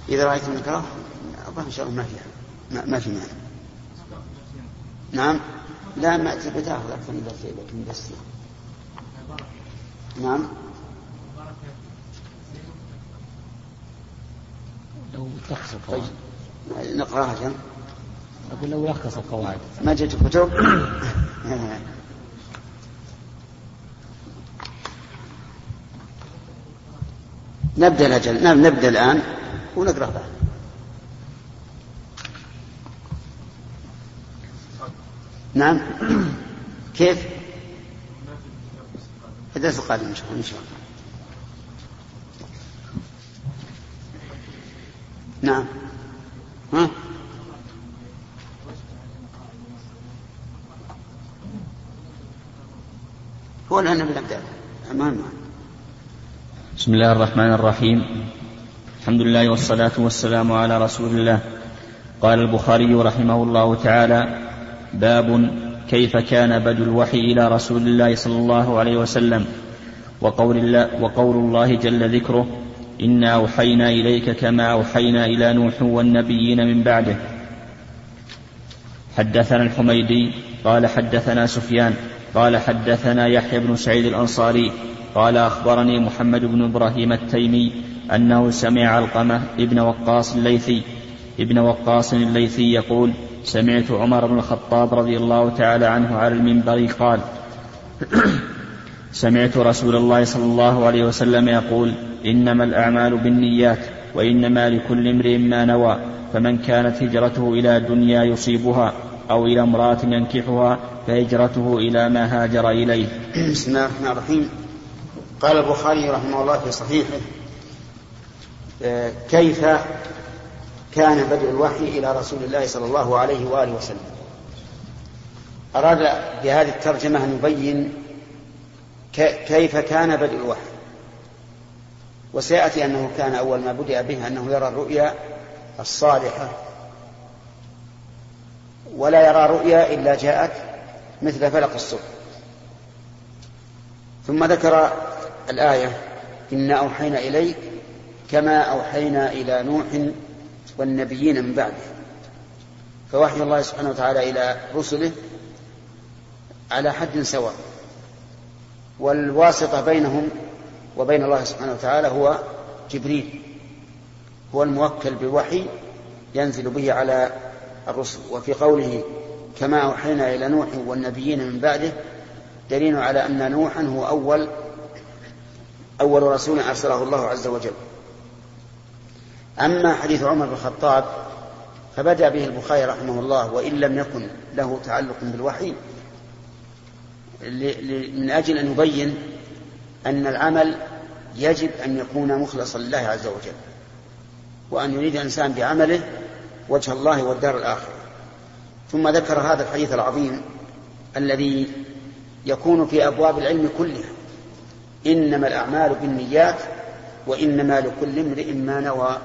إذا رأيت المكره أظن إن شاء الله ما في مانع. نعم لا ما بتاخذ أكثر من ذلك لكن بس نعم. لو تلخص القواعد نقراها جم. أقول لو يلخص القواعد ما جئت كتب. نبدأ الآن ونقرأ بعد. نعم كيف الدرس القادم إن شاء الله. نعم ها هو الآن نبدأ أمام. بسم الله الرحمن الرحيم. الحمد لله والصلاة والسلام على رسول الله. قال البخاري رحمه الله تعالى: باب كيف كان بدء الوحي إلى رسول الله صلى الله عليه وسلم، وقول الله جل ذكره: إنا أوحينا إليك كما أوحينا إلى نوح والنبيين من بعده. حدثنا الحميدي قال حدثنا سفيان قال حدثنا يحيى بن سعيد الأنصاري قال أخبرني محمد بن إبراهيم التيمي أنه سمع علقمة ابن وقاص الليثي يقول: سمعت عمر بن الخطاب رضي الله تعالى عنه على المنبر قال: سمعت رسول الله صلى الله عليه وسلم يقول: إنما الأعمال بالنيات وإنما لكل امرئ ما نوى، فمن كانت هجرته إلى دنيا يصيبها أو إلى امرأة ينكحها فهجرته إلى ما هاجر إليه. بسم الله الرحمن الرحيم. قال البخاري رحمه الله في صحيحه: كيف كان بدء الوحي إلى رسول الله صلى الله عليه وآله وسلم. أراد بهذه الترجمة أن يبين كيف كان بدء الوحي، وسيأتي أنه كان أول ما بدأ به أنه يرى الرؤيا الصالحة، ولا يرى رؤيا إلا جاءت مثل فلق الصبح. ثم ذكر الآية: إنا أوحينا إليك كما أوحينا إلى نوح والنبيين من بعده. فوحي الله سبحانه وتعالى إلى رسله على حد سواء، والواسطة بينهم وبين الله سبحانه وتعالى هو جبريل، هو الموكل بالوحي ينزل به على الرسل. وفي قوله كما أوحينا إلى نوح والنبيين من بعده دليل على أن نوحا هو أول رسول أرسله الله عز وجل. أما حديث عمر بن الخطاب فبدأ به البخاري رحمه الله وإن لم يكن له تعلق بالوحي، من أجل أن يبين أن العمل يجب أن يكون مخلصا لله عز وجل، وأن يريد الإنسان بعمله وجه الله والدار الآخرة. ثم ذكر هذا الحديث العظيم الذي يكون في أبواب العلم كلها: إنما الأعمال بالنيات وإنما لكل امرئ ما نوى.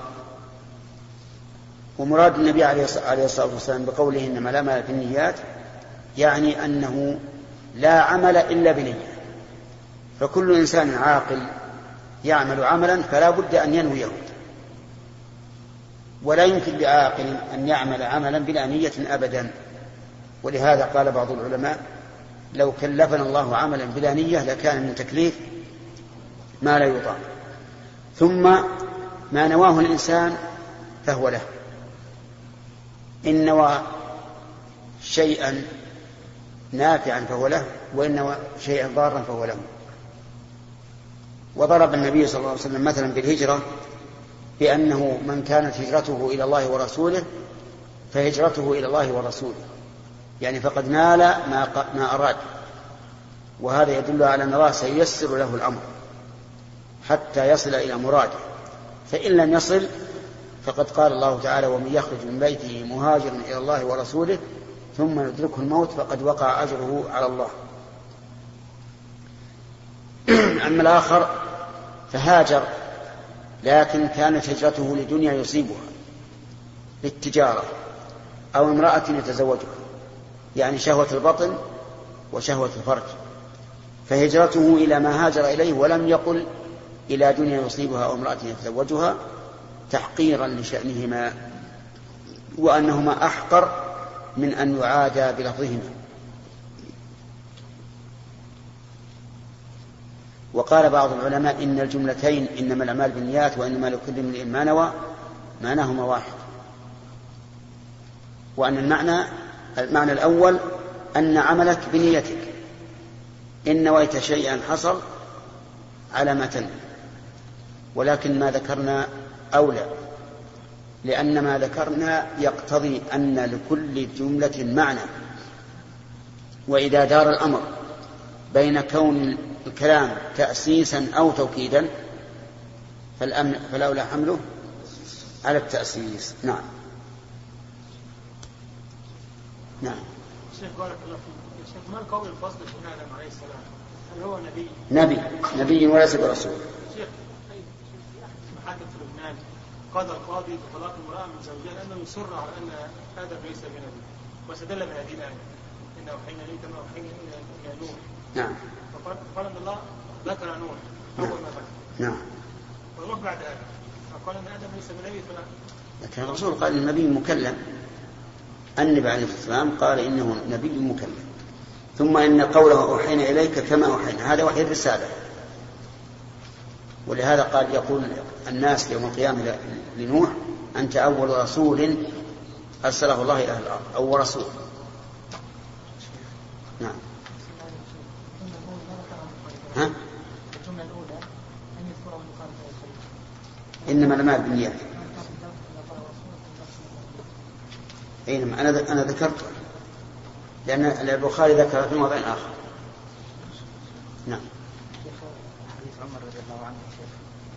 ومراد النبي عليه الصلاة والسلام بقوله إنما الأعمال بالنيات يعني أنه لا عمل إلا بنية. فكل إنسان عاقل يعمل عملا فلا بد أن ينويه، ولا يمكن لعاقل أن يعمل عملا بلا نية أبدا. ولهذا قال بعض العلماء: لو كلفنا الله عملا بلا نية لكان من تكليف ما لا يطاق. ثم ما نواه الإنسان فهو له، إن نوى شيئا نافعا فهو له، وإن نوى شيئا ضارا فهو له. وضرب النبي صلى الله عليه وسلم مثلا بالهجرة بأنه من كانت هجرته إلى الله ورسوله فهجرته إلى الله ورسوله، يعني فقد نال ما أراد. وهذا يدل على أن الله سييسر له الأمر حتى يصل إلى مراده. فإن لم يصل فقد قال الله تعالى: ومن يخرج من بيته مهاجرا إلى الله ورسوله ثم يدركه الموت فقد وقع أجره على الله. أما الآخر فهاجر لكن كانت هجرته لدنيا يصيبها، للتجارة أو امرأة يتزوجها، يعني شهوة البطن وشهوة الفرج، فهجرته إلى ما هاجر إليه، ولم يقل إلى دنيا يصيبها أو امرأة يتزوجها. تحقيرا لشأنهما وأنهما أحقر من أن يعادى بلفظهما. وقال بعض العلماء إن الجملتين إنما الأعمال بالنيات وإنما لكل امرئ ما نوى معناهما واحد، وأن المعنى الأول أن عملك بنيتك، إن نويت شيئا حصل على ما تنوي، ولكن ما ذكرنا أولى، لأن ما ذكرنا يقتضي أن لكل جملة معنى. وإذا دار الأمر بين كون الكلام تأسيسا أو توكيدا فالأولى حمله على التأسيس. نعم. نعم. شيخ بارك الله فيك. يا شيخ ما القول الفصل في آدم عليه السلام؟ هل هو نبي وليس برسول؟ شيخ في أحد المحاكم في لبنان قضى القاضي بطلاق امرأة من زوجها لأنه يصر على أن آدم ليس بنبي، واستدل بهذه الآية إن أوحينا إليك ما أوحينا إلى نوح. نعم. فقال أن الله ذكر نوح أول ما ذكر. نعم. ونوح بعد آدم، فقال أن آدم ليس بنبي لكن الرسول قال النبي مكلم، النبي عليه الصلاة والسلام قال إنه نبي مكلم، ثم إن قوله أوحينا إليك كما أوحينا هذا وحي الرسالة. ولهذا قال يقول الناس يوم القيامة لنوح أنت أول رسول أرسله الله إلى الأرض، أول رسول. نعم. ها؟ الجملة الأولى أن يذكر المخالفة والخير. إنما الأعمال بالنيات. أينما أنا ذكرت، لأن البخاري ذكر في موضع آخر. نعم. حديث عمر رضي الله عنه شيخ.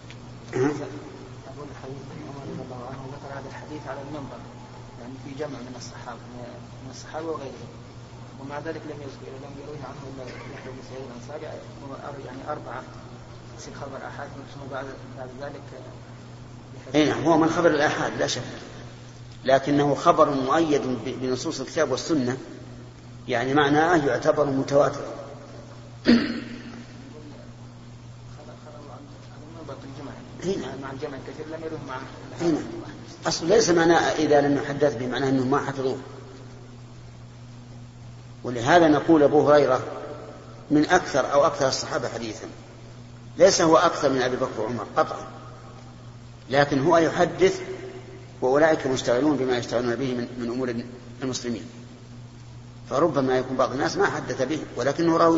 أقول حديث عمر رضي الله عنه ذكر هذا الحديث على المنبر، يعني في جمع من الصحابة وغيرهم، ومع ذلك لم يروي عنه إلا يحيى بن سعيد الأنصاري، يعني 4 في خبر أحد، ثم بعد ذلك. نعم هو من خبر الآحاد لا شك، لكنه خبر مؤيد بنصوص الكتاب والسنة، يعني معناه يعتبر متواتر. مع الجمع كثير لم يروه مع هنا أصل ليس معناه إذا لم يحدث بمعناه أنه ما حفظوه. ولهذا نقول أبو هريرة من أكثر الصحابة حديثا، ليس هو أكثر من أبي بكر وعمر قطعا، لكن هو يحدث وأولئك مشتغلون بما يشتغلون به من أمور المسلمين، فربما يكون بعض الناس ما حدث به ولكنه راوي.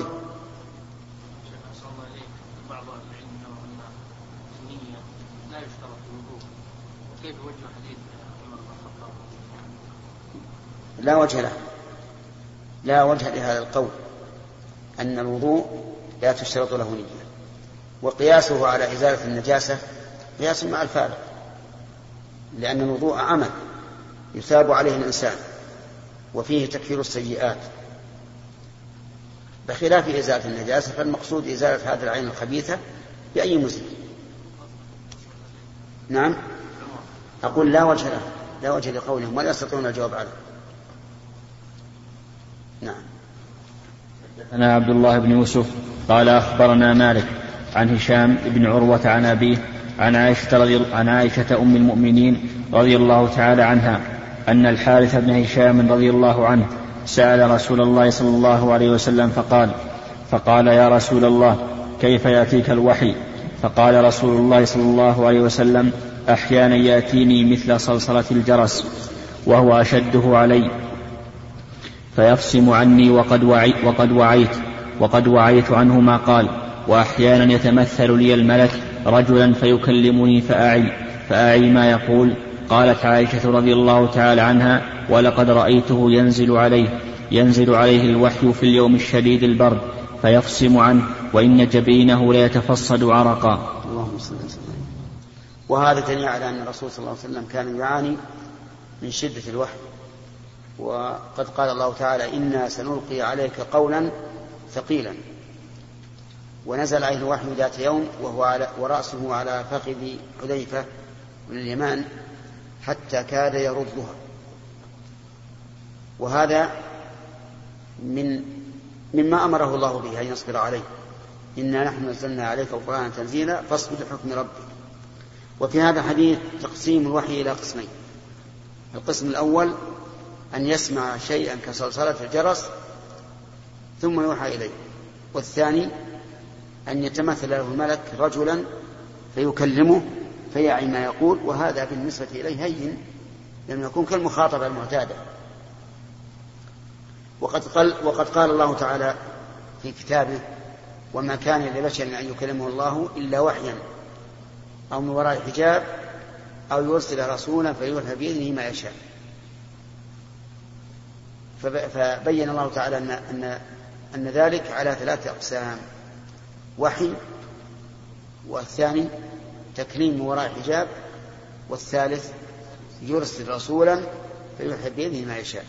لا وجه لهذا القول أن الوضوء لا تشترط له نية، وقياسه على إزالة النجاسة قياس مع الفارق، لأن الوضوء عمل يثاب عليه الإنسان وفيه تكفير السيئات، بخلاف إزالة النجاسة فالمقصود إزالة هذه العين الخبيثة بأي مزيل. نعم. أقول لا وجه لقولهم ولا يستطيعون الجواب عنه. نعم. أنا عبد الله بن يوسف قال أخبرنا مالك عن هشام بن عروة عن أبيه عن عائشة أم المؤمنين رضي الله تعالى عنها أن الحارث بن هشام رضي الله عنه سأل رسول الله صلى الله عليه وسلم فقال يا رسول الله كيف يأتيك الوحي؟ فقال رسول الله صلى الله عليه وسلم أحيانا يأتيني مثل صلصلة الجرس وهو أشده علي فيفصم عني وقد وعيت عنه ما قال، وأحيانا يتمثل لي الملك رجلا فيكلمني فأعي ما يقول. قالت عائشة رضي الله تعالى عنها ولقد رأيته ينزل عليه الوحي في اليوم الشديد البرد فيفصم عنه وإن جبينه ليتفصد عرقا. وهذا دليل على أن الرسول صلى الله عليه وسلم كان يعاني من شدة الوحي، وقد قال الله تعالى إنا سنلقي عليك قولا ثقيلا، ونزل عليه الوحي ذات يوم ورأسه على فخذ حذيفة من اليمان حتى كاد يردها. وهذا مما أمره الله به أن يصبر عليه، إنا نحن نزلنا عليك القرآن تنزيلا فاصبر لحكم ربك. وفي هذا الحديث تقسيم الوحي إلى قسمين. القسم الأول أن يسمع شيئا كصلصلة الجرس ثم يوحى إليه، والثاني أن يتمثل له الملك رجلا فيكلمه فيعي ما يقول، وهذا بالنسبة إليه هين لم يكون كالمخاطبة المعتادة. وقد قال الله تعالى في كتابه: وما كان لبشر أن يكلمه الله إلا وحيا أو من وراء حجاب أو يرسل رسولا فيوحى بإذنه ما يشاء. فبين الله تعالى أن ذلك على 3 أقسام: وحي، والثاني تكليم من وراء حجاب، والثالث يرسل رسولا فيوحى بإذنه ما يشاء.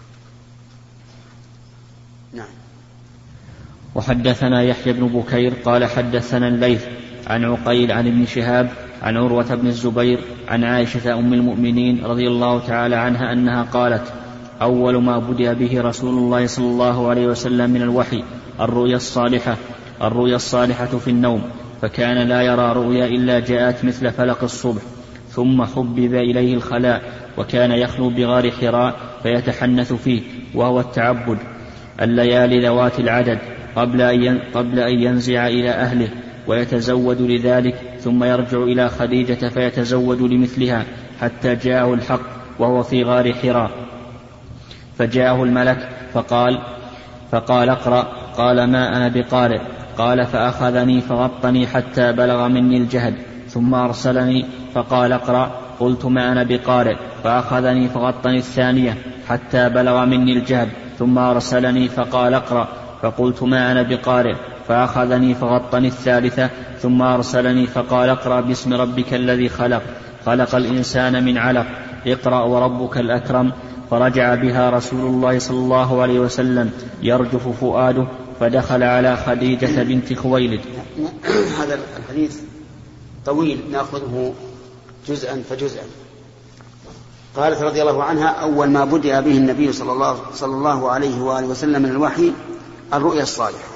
نعم. وحدثنا يحيى بن بكير قال حدثنا الليث عن عقيل عن ابن شهاب عن عروة بن الزبير عن عائشة أم المؤمنين رضي الله تعالى عنها أنها قالت: أول ما بدأ به رسول الله صلى الله عليه وسلم من الوحي الرؤيا الصالحة في النوم، فكان لا يرى رؤيا إلا جاءت مثل فلق الصبح، ثم حبب إليه الخلاء، وكان يخلو بغار حراء فيتحنث فيه، وهو التعبد، الليالي ذوات العدد قبل أن ينزع إلى أهله، ويتزود لذلك، ثم يرجع إلى خديجة فيتزود لمثلها، حتى جاءه الحق وهو في غار حراء، فجاءه الملك فقال اقرأ، قال: ما أنا بقارئ. قال: فأخذني فغطني حتى بلغ مني الجهد، ثم أرسلني فقال: اقرأ. قلت: ما أنا بقارئ. فأخذني فغطني الثانية حتى بلغ مني الجهد، ثم أرسلني فقال: اقرأ. فقلت: ما أنا بقارئ. فأخذني فغطني الثالثة ثم أرسلني فقال: اقرأ باسم ربك الذي خلق الإنسان من علق، اقرأ وربك الأكرم. فرجع بها رسول الله صلى الله عليه وسلم يرجف فؤاده، فدخل على خديجة بنت خويلد. هذا الحديث طويل، نأخذه جزءا فجزءا. قالت رضي الله عنها: أول ما بدأ به النبي صلى الله عليه وآله وسلم من الوحي الرؤيا الصالحة،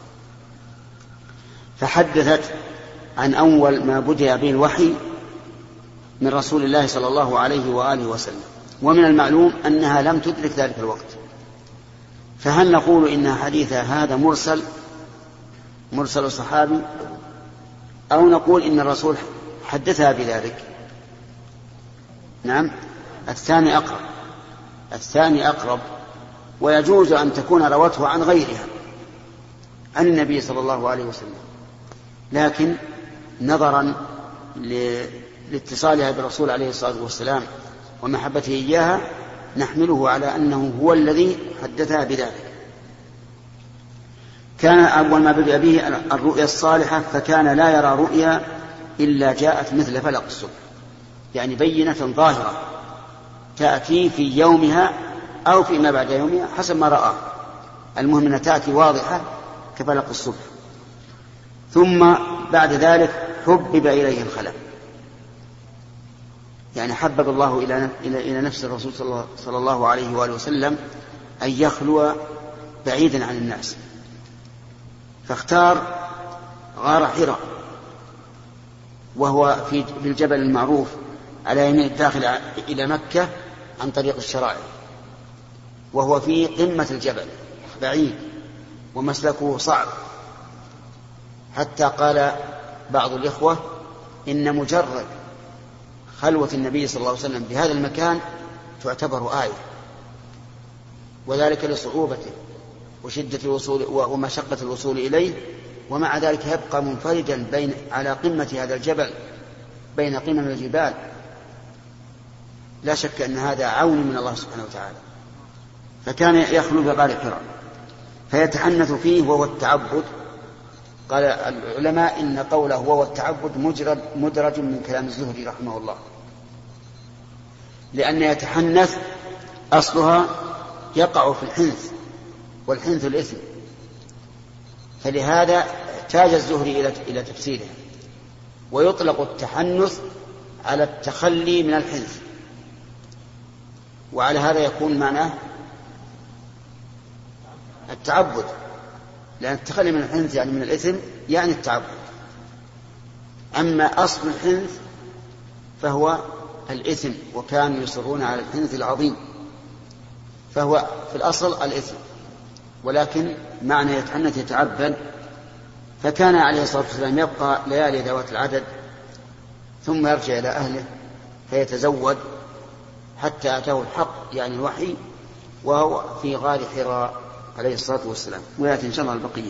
فحدثت عن أول ما بدأ به الوحي من رسول الله صلى الله عليه وآله وسلم. ومن المعلوم أنها لم تدرك ذلك الوقت، فهل نقول إن حديثها هذا مرسل الصحابي، أو نقول إن الرسول حدثها بذلك؟ نعم، الثاني أقرب، ويجوز أن تكون روته عن غيرها عن النبي صلى الله عليه وسلم، لكن نظرا لاتصالها بالرسول عليه الصلاة والسلام ومحبته إياها نحمله على أنه هو الذي حدثها بذلك. كان أول ما بدأ به الرؤيا الصالحة، فكان لا يرى رؤيا إلا جاءت مثل فلق الصبح، يعني بينة ظاهرة تأتي في يومها أو فيما بعد يومها حسب ما رأى، المهم أنها تأتي واضحة كفلق الصبح. ثم بعد ذلك حبب إليه الخلاء، يعني حبب الله إلى نفس الرسول صلى الله عليه وآله وسلم أن يخلو بعيدا عن الناس، فاختار غار حراء، وهو في الجبل المعروف على يمين الداخل إلى مكة عن طريق الشرائع، وهو في قمة الجبل بعيد ومسلكه صعب، حتى قال بعض الإخوة إن مجرد خلوة النبي صلى الله عليه وسلم بهذا المكان تعتبر آية، وذلك لصعوبته وشدة الوصول ومشقة الوصول إليه، ومع ذلك يبقى منفردا على قمة هذا الجبل بين قمم الجبال. لا شك أن هذا عون من الله سبحانه وتعالى. فكان يخلو بغار حراء فيتحنث فيه وهو التعبد. قال العلماء إن قوله وهو التعبد مدرج من كلام الزهري رحمه الله، لأن يتحنث أصلها يقع في الحنث، والحنث الإثم، فلهذا احتاج الزهري إلى تفسيره. ويطلق التحنث على التخلي من الحنث، وعلى هذا يكون معناه التعبد، لأن التخلي من الحنث يعني من الإثم يعني التعبد. أما أصل الحنث فهو الإثم، وكانوا يصرون على الحنث العظيم، فهو في الأصل الإثم، ولكن معنى يتحنث يتعبد. فكان عليه الصلاة والسلام يبقى ليالي ذوات العدد ثم يرجع إلى أهله فيتزود حتى أتاه الحق يعني الوحي، وهو في غار حراء عليه الصلاة والسلام. ويأتي إن شاء الله البقية.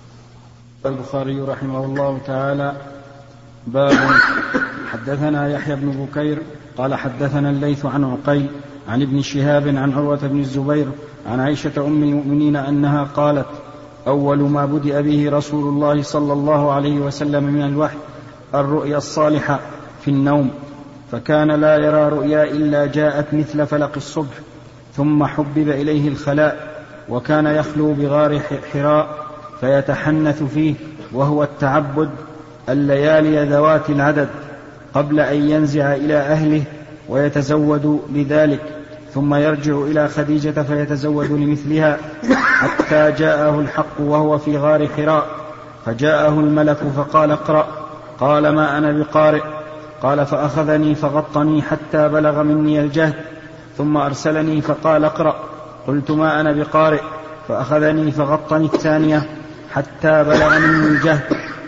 البخاري رحمه الله تعالى: باب. حدثنا يحيى بن بكير قال حدثنا الليث عن عقيل عن ابن شهاب عن عروة بن الزبير عن عائشة أم المؤمنين أنها قالت: أول ما بدأ به رسول الله صلى الله عليه وسلم من الوحي الرؤيا الصالحة في النوم، فكان لا يرى رؤيا إلا جاءت مثل فلق الصبح، ثم حبب إليه الخلاء، وكان يخلو بغار حراء فيتحنث فيه، وهو التعبد، الليالي ذوات العدد، قبل أن ينزع إلى أهله ويتزود لذلك، ثم يرجع إلى خديجة فيتزود لمثلها، حتى جاءه الحق وهو في غار حراء، فجاءه الملك فقال: اقرأ. قال: ما أنا بقارئ. قال: فأخذني فغطني حتى بلغ مني الجهد، ثم أرسلني فقال: اقرأ. قلت: ما أنا بقارئ. فأخذني فغطني الثانية حتى بلغ مني الجهد،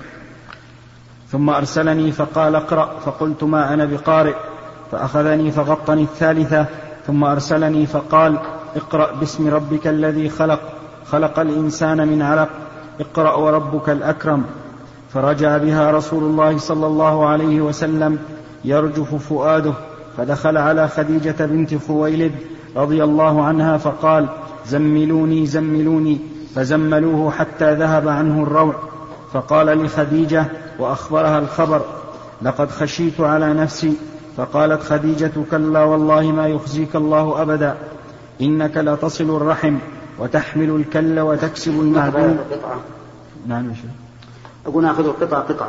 ثم أرسلني فقال: اقرأ. فقلت: ما أنا بقارئ. فأخذني فغطني الثالثة، ثم أرسلني فقال: اقرأ باسم ربك الذي خلق، خلق الإنسان من علق، اقرأ وربك الأكرم. فرجع بها رسول الله صلى الله عليه وسلم يرجف فؤاده، فدخل على خديجة بنت خويلد رضي الله عنها فقال: زملوني زملوني، فزملوه حتى ذهب عنه الروع. فقال لخديجة وأخبرها الخبر: لقد خشيت على نفسي. فقالت خديجة: كلا والله ما يخزيك الله أبدا، إنك لتصل الرحم وتحمل الكل وتكسب المعدوم. نعم يا شيخ. أقول نأخذ قطعة.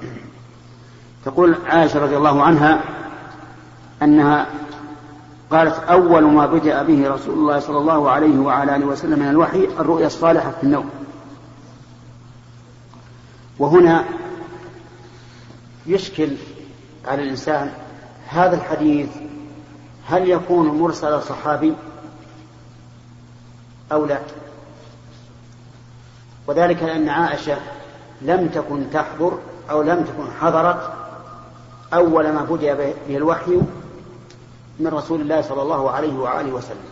تقول عائشة رضي الله عنها أنها قالت: أول ما بدأ به رسول الله صلى الله عليه وعلى آله وسلم من الوحي الرؤيا الصالحة في النوم. وهنا يشكل على الإنسان هذا الحديث هل يكون مرسل صحابي أو لا؟ وذلك لأن عائشة لم تكن تحضر أو لم تكن حضرت أول ما بدأ به الوحي من رسول الله صلى الله عليه وآله وسلم،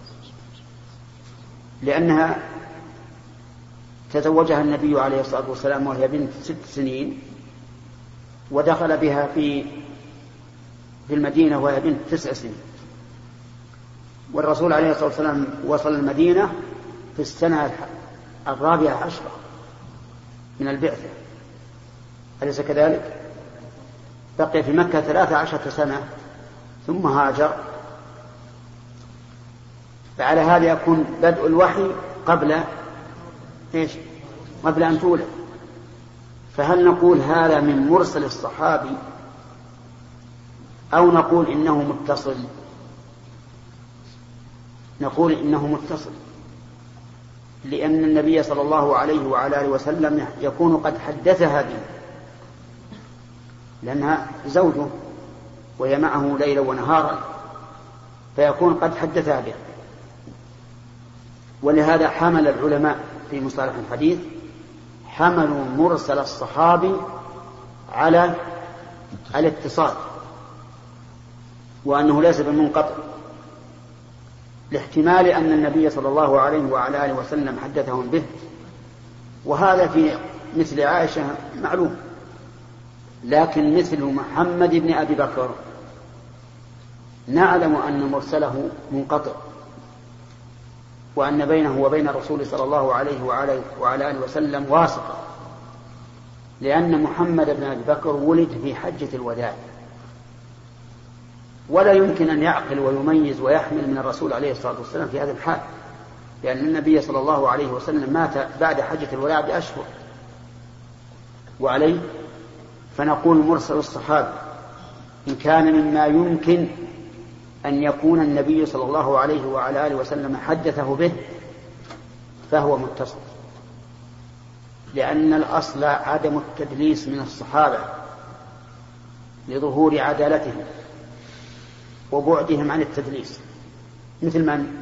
لأنها تزوجها النبي عليه الصلاة والسلام وهي بنت 6 سنين، ودخل بها في المدينة وهي بنت 9 سنين، والرسول عليه الصلاة والسلام وصل المدينة في السنة 14 من البعثة، أليس كذلك؟ بقي في مكة 13 سنة ثم هاجر. فعلى هذا يكون بدء الوحي قبل أن تولد. فهل نقول هذا من مرسل الصحابي أو نقول إنه متصل؟ نقول إنه متصل، لأن النبي صلى الله عليه وعلى آله وسلم يكون قد حدثها به، لأنها زوجه وهي معه ليلا ونهارا، فيكون قد حدثها به. ولهذا حمل العلماء في مصطلح الحديث حملوا مرسل الصحابي على الاتصال، وأنه ليس بالمنقطع، لاحتمال أن النبي صلى الله عليه وعلى آله وسلم حدثهم به. وهذا في مثل عائشة معلوم، لكن مثل محمد بن أبي بكر نعلم أن مرسله منقطع، وأن بينه وبين الرسول صلى الله عليه وعلى آله وسلم واسطة، لأن محمد بن أبي بكر ولد في حجة الوداع، ولا يمكن أن يعقل ويميز ويحمل من الرسول عليه الصلاة والسلام في هذا الحال، لأن النبي صلى الله عليه وسلم مات بعد حجة الوداع بأشهر. وعليه فنقول مرسل الصحابة إن كان مما يمكن أن يكون النبي صلى الله عليه وعلى آله وسلم حدثه به فهو متصل، لأن الأصل عدم التدليس من الصحابة، لظهور عدالتهم وبعدهم عن التدليس، مثل من؟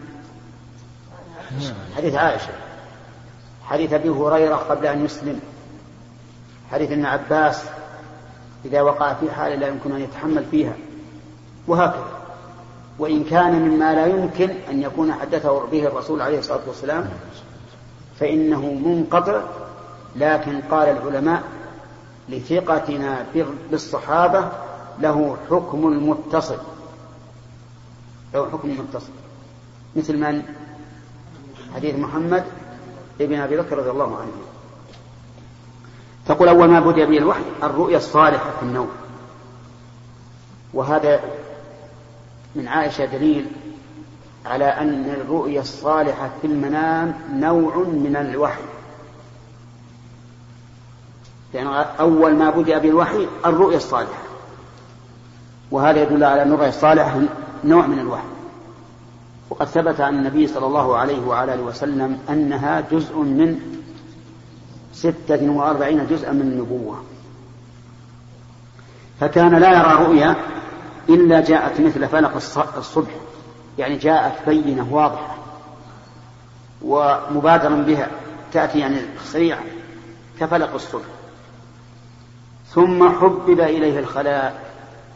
حديث عائشة، حديث أبي هريرة قبل أن يسلم، حديث ابن عباس إذا وقع في حال لا يمكن أن يتحمل فيها، وهكذا. وإن كان مما لا يمكن أن يكون حدثه به الرسول عليه الصلاة والسلام فإنه منقطع، لكن قال العلماء لثقتنا بالصحابة له حكم المتصل، له حكم المتصل، مثل من؟ حديث محمد ابن أبي بكر رضي الله عنه. تقول أول ما بدأ به الوحي الرؤيا الصالحة في النوم، وهذا من عائشة دليل على أن الرؤيا الصالحة في المنام نوع من الوحي، لأن أول ما بدأ به الوحي الرؤيا الصالحة، وهذا يدل على أن الرؤيا الصالحة نوع من الوحي. وقد ثبت عن النبي صلى الله عليه وعلى آله وسلم أنها جزء من 46 جزءا من النبوة، فكان لا يرى رؤيا إلا جاءت مثل فلق الصبح، يعني جاءت بينة واضحة ومبادرا بها، تأتي يعني سريعا كفلق الصبح. ثم حبب إليه الخلاء،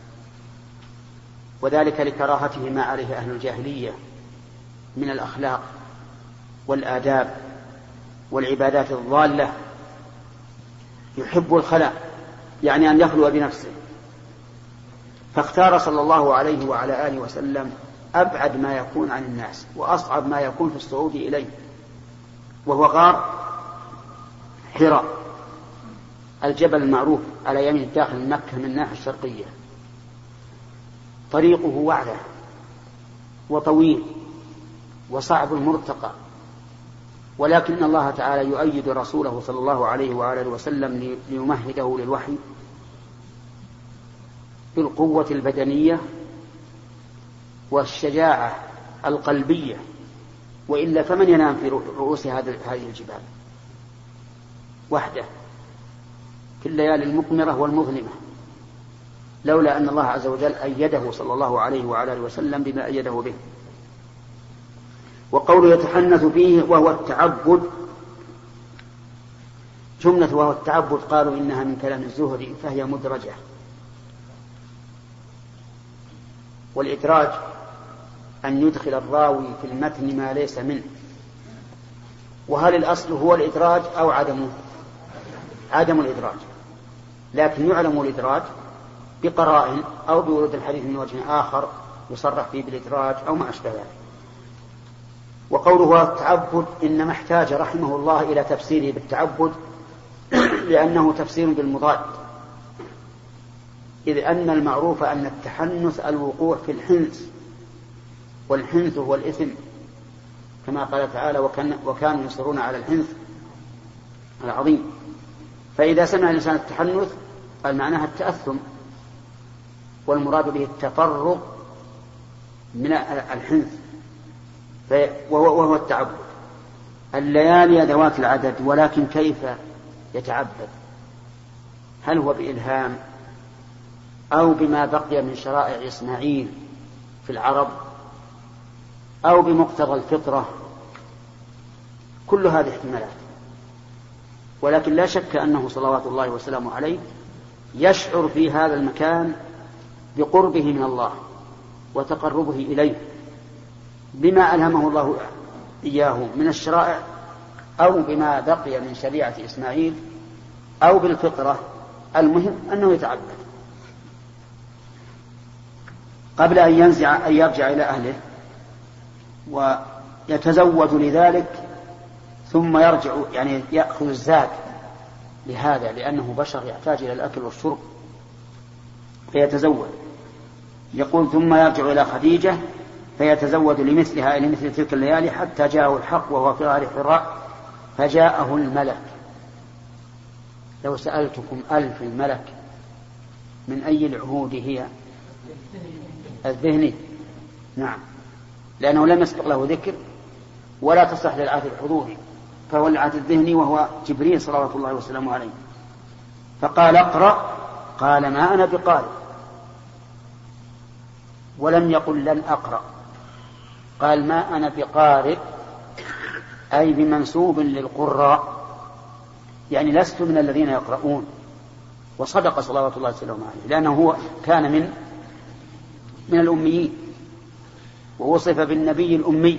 وذلك لكراهته ما عليه أهل الجاهلية من الأخلاق والآداب والعبادات الضالة، يحب الخلاء يعني أن يخلو بنفسه، فاختار صلى الله عليه وعلى آله وسلم أبعد ما يكون عن الناس وأصعب ما يكون في الصعود إليه، وهو غار حراء، الجبل المعروف على يمين داخل مكة من الناحية الشرقية، طريقه وعرة وطويل وصعب المرتقى، ولكن الله تعالى يؤيد رسوله صلى الله عليه وآله وسلم ليمهده للوحي بالقوة البدنية والشجاعة القلبية، وإلا فمن ينام في رؤوس هذه الجبال وحده في الليالي المقمرة والمظلمة، لولا أن الله عز وجل أيده صلى الله عليه وعلى آله وسلم بما أيده به. وقوله يتحنث فيه وهو التعبد، جملة وهو التعبد قالوا إنها من كلام الزهري فهي مدرجة، والإدراج أن يدخل الراوي في المتن ما ليس منه. وهل الأصل هو الإدراج أو عدمه؟ عدم الإدراج، لكن يعلم الإدراج بقرائن أو بورود الحديث من وجه آخر يصرح فيه بالإدراج أو ما أشبه ذلك. وقوله التعبد إنما احتاج رحمه الله إلى تفسيره بالتعبد لأنه تفسير بالمضاد، إذ أن المعروف أن التحنث الوقوع في الحنث، والحنث هو الإثم كما قال تعالى وكانوا يصرون على الحنث العظيم. فإذا سمع الإنسان التحنث قال معناها التأثم، والمراد به التفرغ من الحنث وهو التعبد. الليالي ذوات العدد، ولكن كيف يتعبد؟ هل هو بإلهام أو بما بقي من شرائع إسماعيل في العرب أو بمقتضى الفطرة؟ كل هذه احتمالات، ولكن لا شك أنه صلوات الله وسلامه عليه يشعر في هذا المكان بقربه من الله وتقربه إليه بما ألهمه الله إياه من الشرائع أو بما بقي من شريعة إسماعيل أو بالفطرة، المهم أنه يتعبد قبل أن يرجع إلى أهله ويتزود لذلك، ثم يرجع يعني يأخذ الزاد لهذا، لأنه بشر يحتاج إلى الأكل والشرب فيتزود. يقول ثم يرجع إلى خديجة فيتزود لمثلها إلى مثل تلك الليالي حتى جاءه الحق وهو في غار حراء فجاءه الملك. لو سألتكم ألف الملك من أي العهود هي؟ الذهني، نعم، لأنه لم يسبق له ذكر ولا تصح للعهد الحضوري، فهو العهد الذهني وهو جبريل صلوات الله وسلامه عليه. فقال اقرأ، قال ما أنا بقارئ، ولم يقل لن أقرأ، قال ما أنا بقارئ أي بمنسوب للقراء، يعني لست من الذين يقرؤون. وصدق صلوات الله وسلامه عليه، لأنه هو كان من الأميين، ووصف بالنبي الأمي.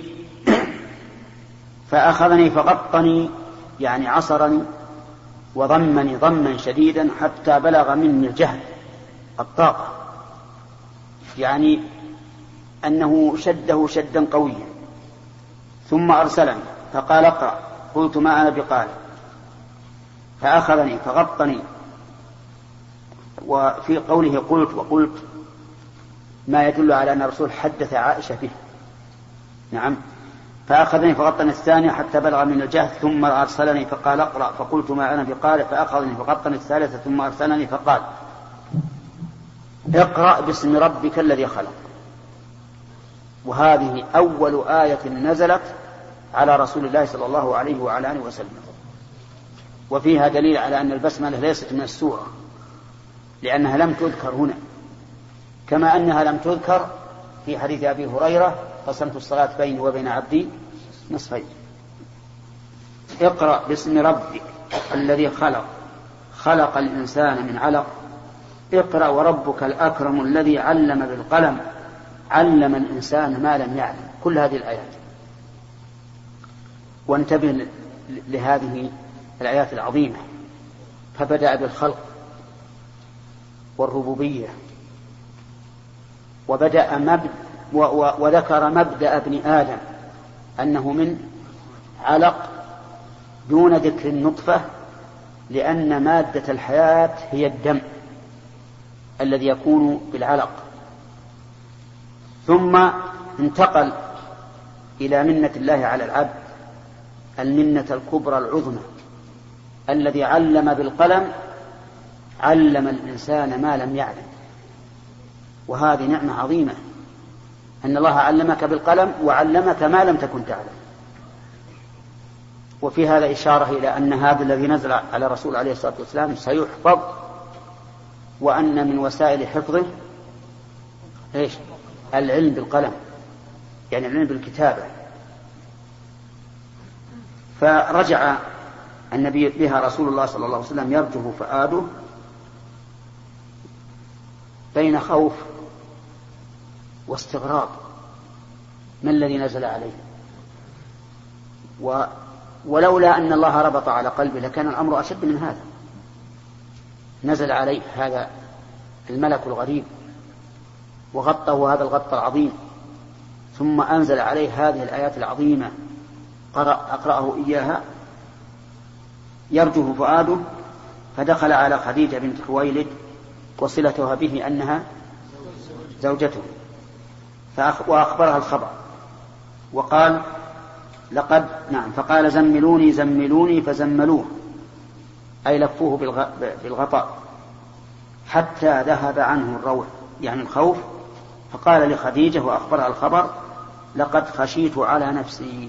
فأخذني فغطني، يعني عصرني وضمني ضما شديدا حتى بلغ مني الجهل الطاقة، يعني أنه شده شدا قويا. ثم أرسلني فقال اقرأ، قلت ما أنا بقارئ، فأخذني فغطني. وفي قوله وقلت ما يدل على أن الرسول حدث عائشة به. نعم. فأخذني فغطني الثانية حتى بلغ من الجهد، ثم أرسلني فقال اقرأ، فقلت ما أنا بقارئ، فأخذني فغطني الثالثة، ثم أرسلني فقال اقرأ باسم ربك الذي خلق. وهذه أول آية نزلت على رسول الله صلى الله عليه وعلى آله وسلم، وفيها دليل على أن البسملة ليست من السورة، لأنها لم تذكر هنا، كما أنها لم تذكر في حديث أبي هريرة قسمت الصلاة بيني وبين عبدي نصفين. اقرأ باسم ربك الذي خلق الإنسان من علق، اقرأ وربك الأكرم الذي علم بالقلم، علم الإنسان ما لم يعلم. كل هذه الآيات. وانتبه لهذه الآيات العظيمة. فبدأ بالخلق والربوبية، وذكر مبدأ ابن آدم أنه من علق دون ذكر النطفة، لأن مادة الحياة هي الدم الذي يكون بالعلق. ثم انتقل إلى منة الله على العبد، المنة الكبرى العظمى، الذي علم بالقلم، علم الإنسان ما لم يعلم. وهذه نعمة عظيمة، أن الله علمك بالقلم وعلمك ما لم تكن تعلم. وفي هذا إشارة إلى أن هذا الذي نزل على الرسول عليه الصلاة والسلام سيحفظ، وأن من وسائل حفظه العلم بالقلم، يعني العلم بالكتابة. فرجع النبي بها رسول الله صلى الله عليه وسلم يرجف فؤاده بين خوف واستغراب، ما الذي نزل عليه؟ ولولا أن الله ربط على قلبه لكان الأمر أشد من هذا. نزل عليه هذا الملك الغريب وغطه هذا الغط العظيم، ثم أنزل عليه هذه الآيات العظيمة أقرأه إياها يرجف فؤاده. فدخل على خديجة بنت خويلد وصلتها به أنها زوجته، وأخبرها الخبر وقال فقال زملوني فزملوه، أي لفوه بالغطاء حتى ذهب عنه الروع، يعني الخوف. فقال لخديجة وأخبرها الخبر لقد خشيت على نفسي.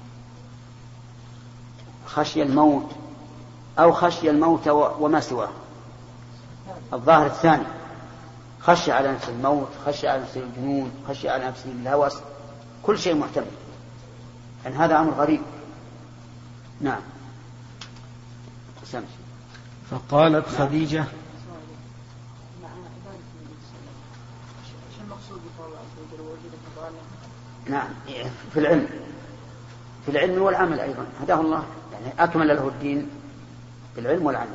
خشي الموت أو خشي الموت وما سواه، الظاهر الثاني. خشي على نفسه الموت، خشي على نفسه الجنون، خشي على نفسه الهوس، كل شيء محتمل، أن هذا أمر غريب. نعم. فقالت خديجة نعم في العلم والعمل أيضا هداه الله، يعني أكمل له الدين بالعلم والعمل.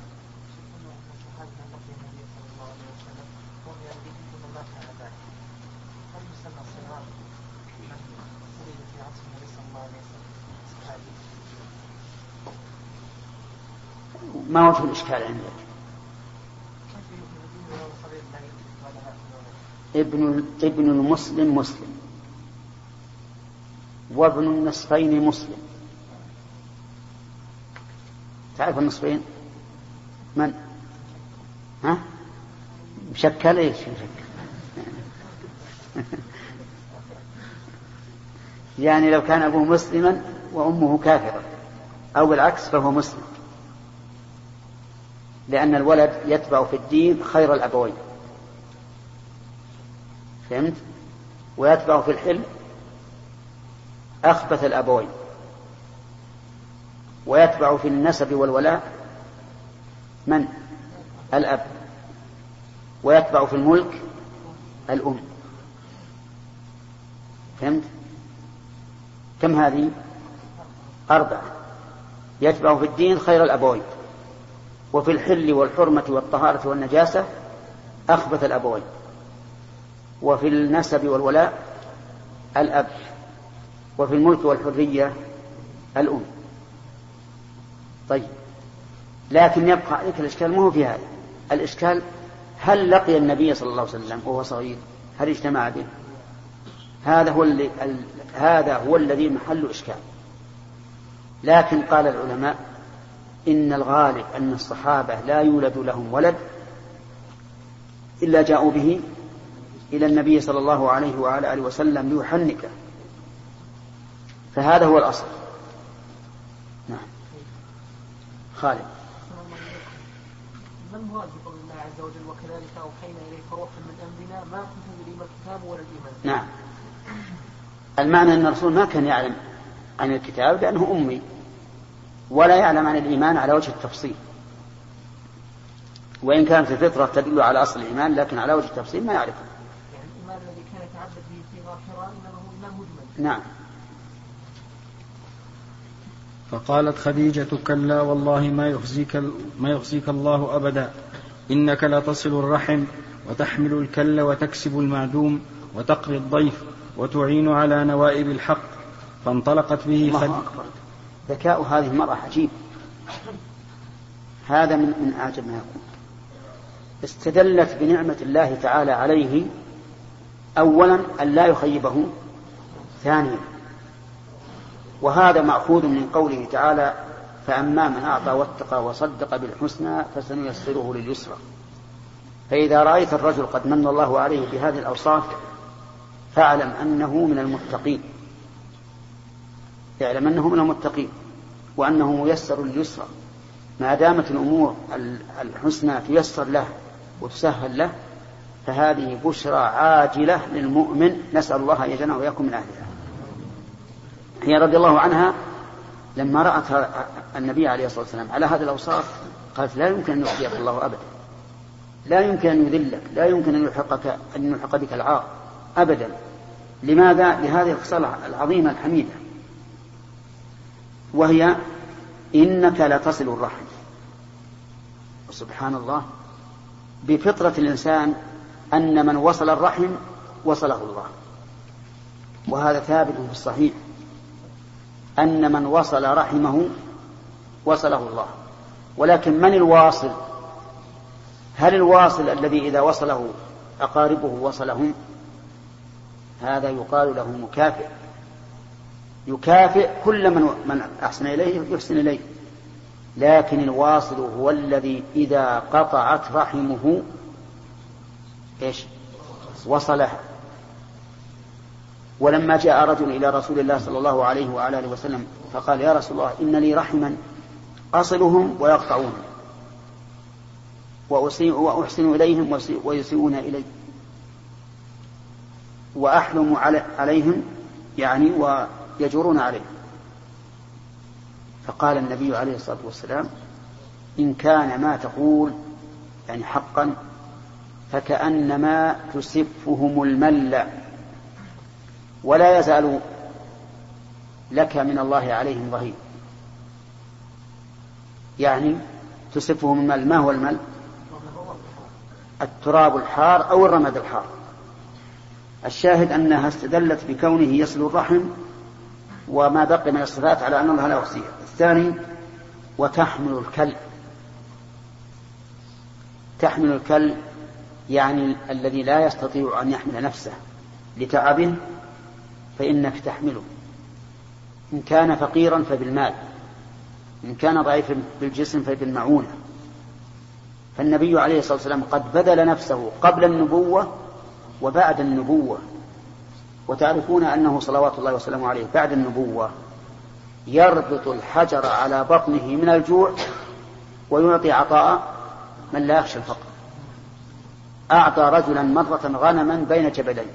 ما وجه الإشكال عندك؟ ابن المسلم مسلم، وابن النصفين مسلم. تعرف النصفين من؟ مشكل ايش مشكل؟ يعني لو كان أبوه مسلما وأمه كافرة أو بالعكس فهو مسلم، لأن الولد يتبع في الدين خير الأبوين. فهمت؟ ويتبع في الحل أخبث الأبوين، ويتبع في النسب والولاء من؟ الأب، ويتبع في الملك الأم. فهمت؟ كم هذه؟ 4. يتبع في الدين خير الأبوين، وفي الحل والحرمة والطهارة والنجاسة أخبث الأبوين، وفي النسب والولاء الأب، وفي الملك والحرية الأم. طيب، لكن يبقى عليك الإشكال، ما هو في هذا الإشكال، هل لقي النبي صلى الله عليه وسلم وهو صغير؟ هل اجتمع به؟ هذا هو الذي محل إشكال. لكن قال العلماء إن الغالب أن الصحابة لا يولد لهم ولد إلا جاءوا به إلى النبي صلى الله عليه وعلى آله وسلم ليحنكه، فهذا هو الأصل. نعم. خالد. من مراد بقول الله عز وجل وكذلك أوحينا إليك روحا من أمرنا ما كنت تدري ما الكتاب ولا الإيمان؟ نعم، المعنى أن الرسول ما كان يعلم عن الكتاب لأنه أمي، ولا يعلم عن الإيمان على وجه التفصيل، وإن كانت الفطرة تدل على أصل الإيمان، لكن على وجه التفصيل ما يعرفه. يعني الإيمان الذي كان يتعبد به في غار حراء إنما هو إيمان مجمل. نعم. فقالت خديجة كلا والله ما يخزيك الله أبدا، إنك لتصل الرحم وتحمل الكل وتكسب المعدوم وتقري الضيف وتعين على نوائب الحق. فانطلقت به خديجة. ذكاء هذه المرأة عجيب، هذا من أعجب ما يكون. استدلت بنعمة الله تعالى عليه أولا أن لا يخيبه، ثانيا وهذا مأخوذ من قوله تعالى فأما من أعطى واتقى وصدق بالحسنى فسنيسره لليسرى. فإذا رأيت الرجل قد من الله عليه بهذه الأوصاف فاعلم أنه من المتقين، اعلم أنه من المتقين وأنه ميسر لليسرى. ما دامت الأمور الحسنى تيسر له وتسهل له فهذه بشرى عاجلة للمؤمن، نسأل الله أن يجعلنا وإياكم من أهلها. هي رضي الله عنها لما رأت النبي عليه الصلاة والسلام على هذه الأوصاف قالت لا يمكن أن يخزيك الله أبدا، لا يمكن أن يذلك، لا يمكن أن يلحق بك العار أبدا. لماذا؟ لهذه الخصال العظيمة الحميدة، وهي إنك لتصل الرحم. وسبحان الله، بفطرة الإنسان أن من وصل الرحم وصله الله، وهذا ثابت في الصحيح أن من وصل رحمه وصله الله. ولكن من الواصل؟ هل الواصل الذي إذا وصله أقاربه وصلهم؟ هذا يقال له مكافئ، يكافئ كل من أحسن إليه يحسن إليه. لكن الواصل هو الذي إذا قطعت رحمه وصله. ولما جاء رجل إلى رسول الله صلى الله عليه وعلى آله وسلم فقال يا رسول الله إن لي رحما أصلهم ويقطعون، وأحسن إليهم ويسيئون إلي، وأحلم عليهم يعني ويجورون عليهم. فقال النبي عليه الصلاة والسلام إن كان ما تقول يعني حقا فكأنما تسفهم المل، ولا يزال لك من الله عليهم ظهير. يعني تسفهم المل. ما هو المل؟ التراب الحار أو الرماد الحار. الشاهد أنها استدلت بكونه يصل الرحم وما بقي من الصفات على أن الله لا يحصيها. الثاني وتحمل الكل. تحمل الكل يعني الذي لا يستطيع أن يحمل نفسه لتعبه فإنك تحمله، إن كان فقيرا فبالمال، إن كان ضعيفا بالجسم فبالمعونة. فالنبي عليه الصلاة والسلام قد بذل نفسه قبل النبوة وبعد النبوة. وتعرفون أنه صلوات الله وسلامه عليه بعد النبوة يربط الحجر على بطنه من الجوع ويعطي عطاء من لا يخشى الفقر. أعطى رجلا مرة غنما بين جبلين،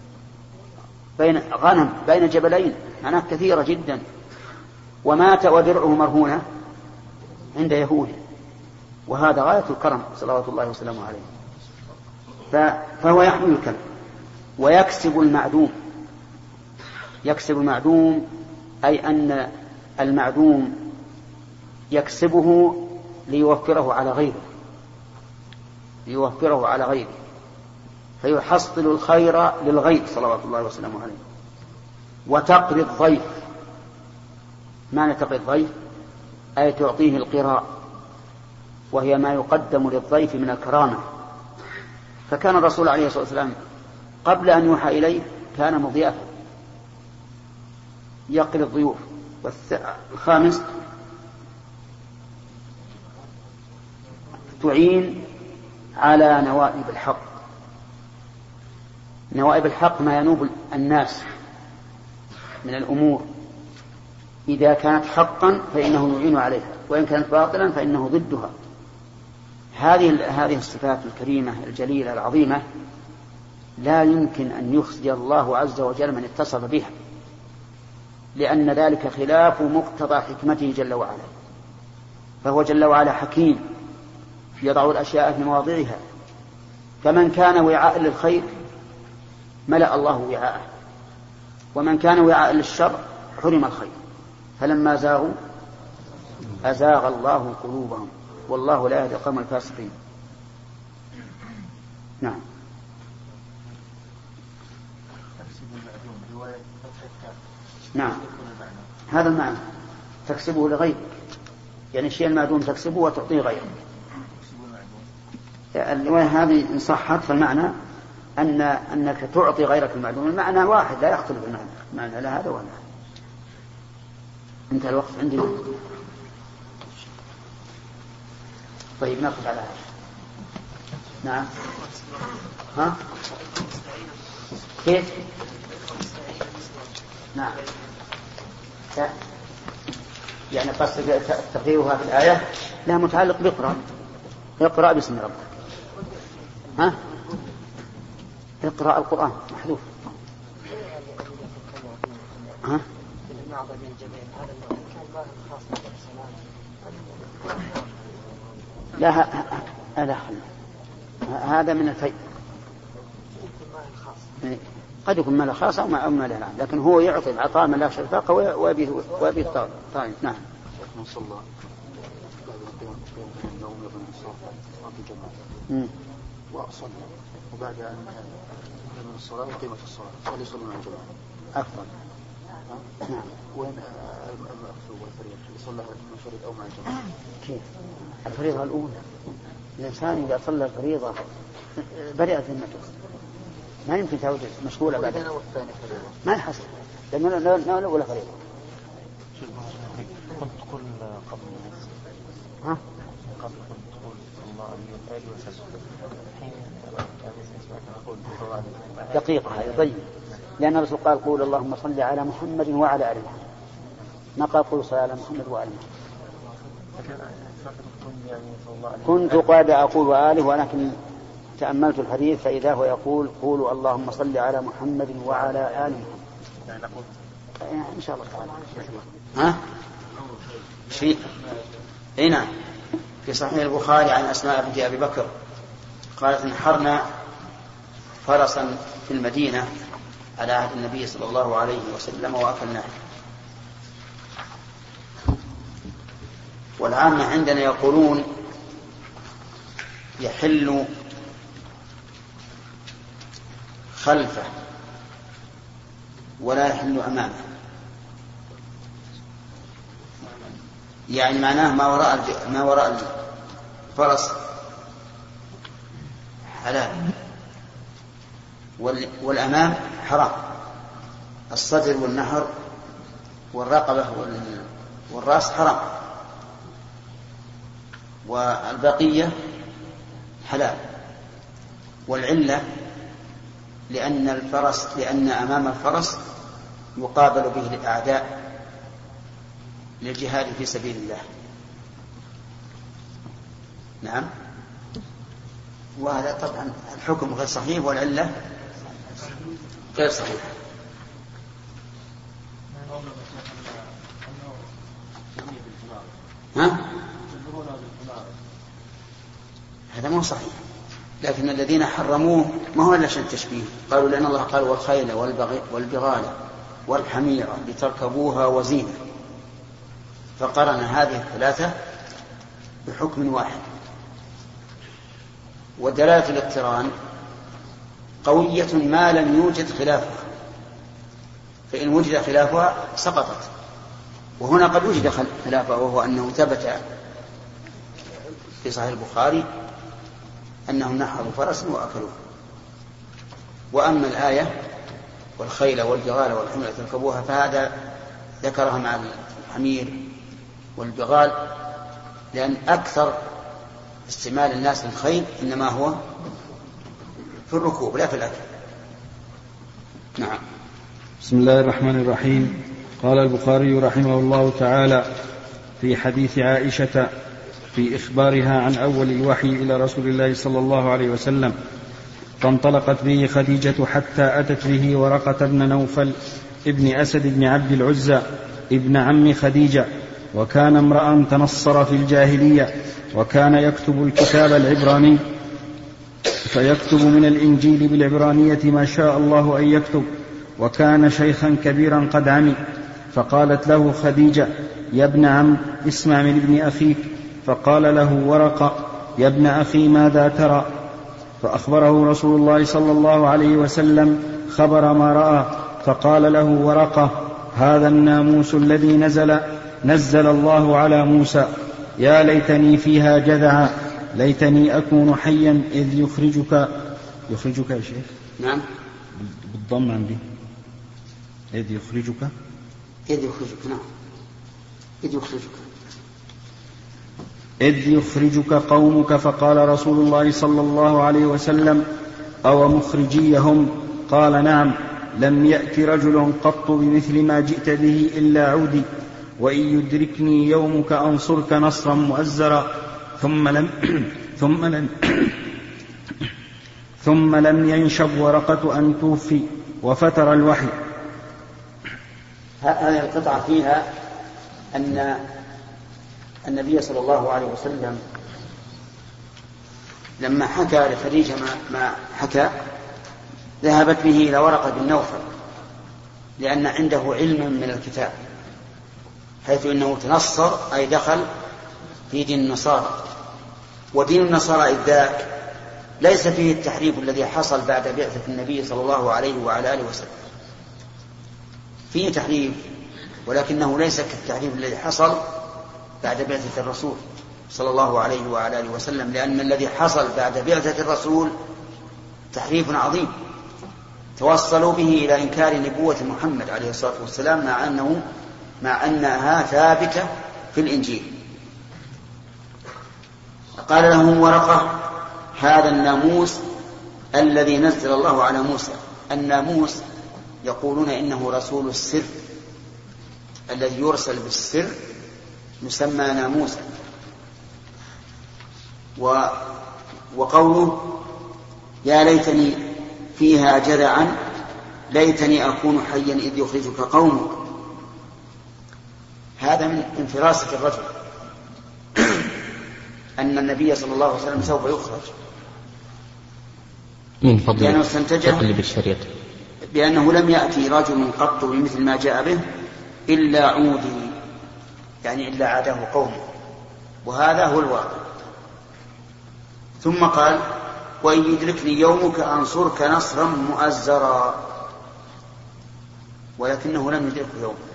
غنم بين جبلين معناه كثيرة جدا، ومات ودرعه مرهونة عند يهود، وهذا غاية الكرم صلوات الله وسلامه عليه. فهو يحمل الكلب ويكسب المعدوم. يكسب المعدوم أي أن المعدوم يكسبه ليوفره على غيره، ليوفره على غيره، فيحصل الخير للغير صلوات الله وسلامه عليه. وتقري الضيف، معنى تقري الضيف أي تعطيه القراء، وهي ما يقدم للضيف من الكرامة. فكان الرسول عليه الصلاة والسلام قبل أن يوحى إليه كان مضيافا يقري الضيوف. الخامس تعين على نوائب الحق. نوائب الحق ما ينوب الناس من الأمور، إذا كانت حقا فإنه يعين عليها، وإن كانت باطلا فإنه ضدها. هذه الصفات الكريمة الجليلة العظيمة لا يمكن أن يخزي الله عز وجل من اتصف بها، لأن ذلك خلاف مقتضى حكمته جل وعلا. فهو جل وعلا حكيم يضع الأشياء في مواضعها، فمن كان وعاء للخير ملأ الله وعاءه، ومن كان وعاء للشر حرم الخير. فلما زاغوا أزاغ الله قلوبهم والله لا يهدي القوم الفاسقين. نعم. نعم هذا المعنى، تكسبه لغيرك، يعني الشيء المعدوم تكسبه وتعطيه غيرك. الرواية هذه إن صحت فالمعنى أنك تعطي غيرك المعدوم، المعنى واحد لا يختلف المعنى، معنى لا هذا ولا هذا. انتهى الوقت عندي. طيب نأخذ على هذا. نعم. ها كيف؟ نعم يعني قصد تقريرها في الآية لا متعلق بإقرأ. اقرأ باسم ربك. ها اقرأ القرآن محذوف. ها لا هذا من الفيء، قد يكون مال خاص أو مال العام، لكن هو يعطي العطاء من لا يخشى الفاقة ويبيه طائع. نعم. وأصلي وبعد أن من الصلاة وقيمة الصلاة صلي مع الجماعة أفضل. نعم. وين المأخذ والفريضة يصلى المنفرد أو مع الجماعة؟ كيف؟ الفريضة الأولى، الإنسان إذا صلى الفريضة برئت ذمته، ما يمكن تعود مشغولة بعد. ما يحصل لأنه لا ولا فريضة. كنت تقول قبل ها؟ قبل كنت تقول صلى الله عليه وآله وسلم دقيقة هذه طيب، لأن الرسول قال قول اللهم صل على محمد وعلى آل محمد، ما قال قول صل على محمد وعلى محمد. كنت قاعد أقول وآله، ولكن تأملت الحديث فإذا هو يقول قولوا اللهم صل على محمد وعلى آل محمد. إن شاء الله تعالى. ها؟ شيء هنا في صحيح البخاري عن أسماء بنت أبي بكر قالت انحرنا فرسا في المدينة على عهد النبي صلى الله عليه وسلم وأكلناه. والعامة عندنا يقولون يحل خلفه ولا يحل أمامه، يعني معناه ما وراء الفرس حلال، والأمام حرام، الصدر والنحر والرقبة والرأس حرام، والبقية حلال. والعلة لأن أمام الفرس يقابل به الأعداء للجهاد في سبيل الله. نعم. وهذا طبعا الحكم غير صحيح والعلة غير صحيحة. ها؟ هذا مو صحيح، لكن الذين حرموه ما هو إلا عشان التشبيه، قالوا لأن الله قال والخيل والبغال والحميرة لتركبوها وزينة، فقرن هذه الثلاثة بحكم واحد. ودلالة الاقتران قوية ما لم يوجد خلافها، فإن وجد خلافها سقطت. وهنا قد وجد خلافها، وهو أنه ثبت في صحيح البخاري أنهم نحروا فرسا وأكلوه. وأما الآية والخيل والبغال والحمير تركبوها فهذا ذكرها مع الحمير والبغال، لأن أكثر استعمال الناس للخيل إنما هو في الركوب لا في الأكل. نعم. بسم الله الرحمن الرحيم. قال البخاري رحمه الله تعالى في حديث عائشة في إخبارها عن أول الوحي إلى رسول الله صلى الله عليه وسلم: فانطلقت به خديجة حتى أتت به ورقة بن نوفل ابن أسد بن عبد العزى ابن عم خديجة، وكان امرأ تنصر في الجاهلية، وكان يكتب الكتاب العبراني، فيكتب من الإنجيل بالعبرانية ما شاء الله أن يكتب، وكان شيخا كبيرا قد عمي. فقالت له خديجة: يا ابن عم اسمع من ابن أخيك. فقال له ورقة: يا ابن أخي ماذا ترى؟ فأخبره رسول الله صلى الله عليه وسلم خبر ما رأى. فقال له ورقة: هذا الناموس الذي نزل الله على موسى، يا ليتني فيها جذعا، ليتني أكون حيا إذ يخرجك يا شيخ. نعم بالضم عندي إذ يخرجك. نعم إذ يخرجك قومك. فقال رسول الله صلى الله عليه وسلم: أو مخرجيهم؟ قال: نعم، لم يأت رجل قط بمثل ما جئت به إلا عودي، وإن يدركني يومك أنصرك نصرا مؤزرا. ثم لم ينشب ورقة أن توفي، وفتر الوحي. هذه القطعة فيها أن النبي صلى الله عليه وسلم لما حكى لخديجة ما حكى ذهبت به إلى ورقة بن نوفل، لأن عنده علم من الكتاب، حيث إنه تنصر أي دخل في دين النصارى. ودين النصارى إذ ذاك ليس فيه التحريف الذي حصل بعد بعثة النبي صلى الله عليه وعلى آله وسلم، فيه تحريف ولكنه ليس كالتحريف الذي حصل بعد بعثة الرسول صلى الله عليه وعلى آله وسلم، لأن الذي حصل بعد بعثة الرسول تحريف عظيم توصلوا به إلى إنكار نبوة محمد عليه الصلاة والسلام، مع أنها ثابتة في الإنجيل. قال لهم ورقة: هذا الناموس الذي نزل الله على موسى. الناموس يقولون إنه رسول السر، الذي يرسل بالسر يسمى ناموسا. وقوله: يا ليتني فيها جذعا، ليتني أكون حيا إذ يخرجك قومك، هذا من فراسة الرجل أن النبي صلى الله عليه وسلم سوف يخرج، من فضل لأنه استنتجه بالشريعة بأنه لم يأتي رجل قط بمثل ما جاء به إلا عودي، يعني إلا عاده قومه، وهذا هو الواقع. ثم قال: وإن يدركني يومك أنصرك نصرا مؤزرا، ولكنه لم يدركه يومه،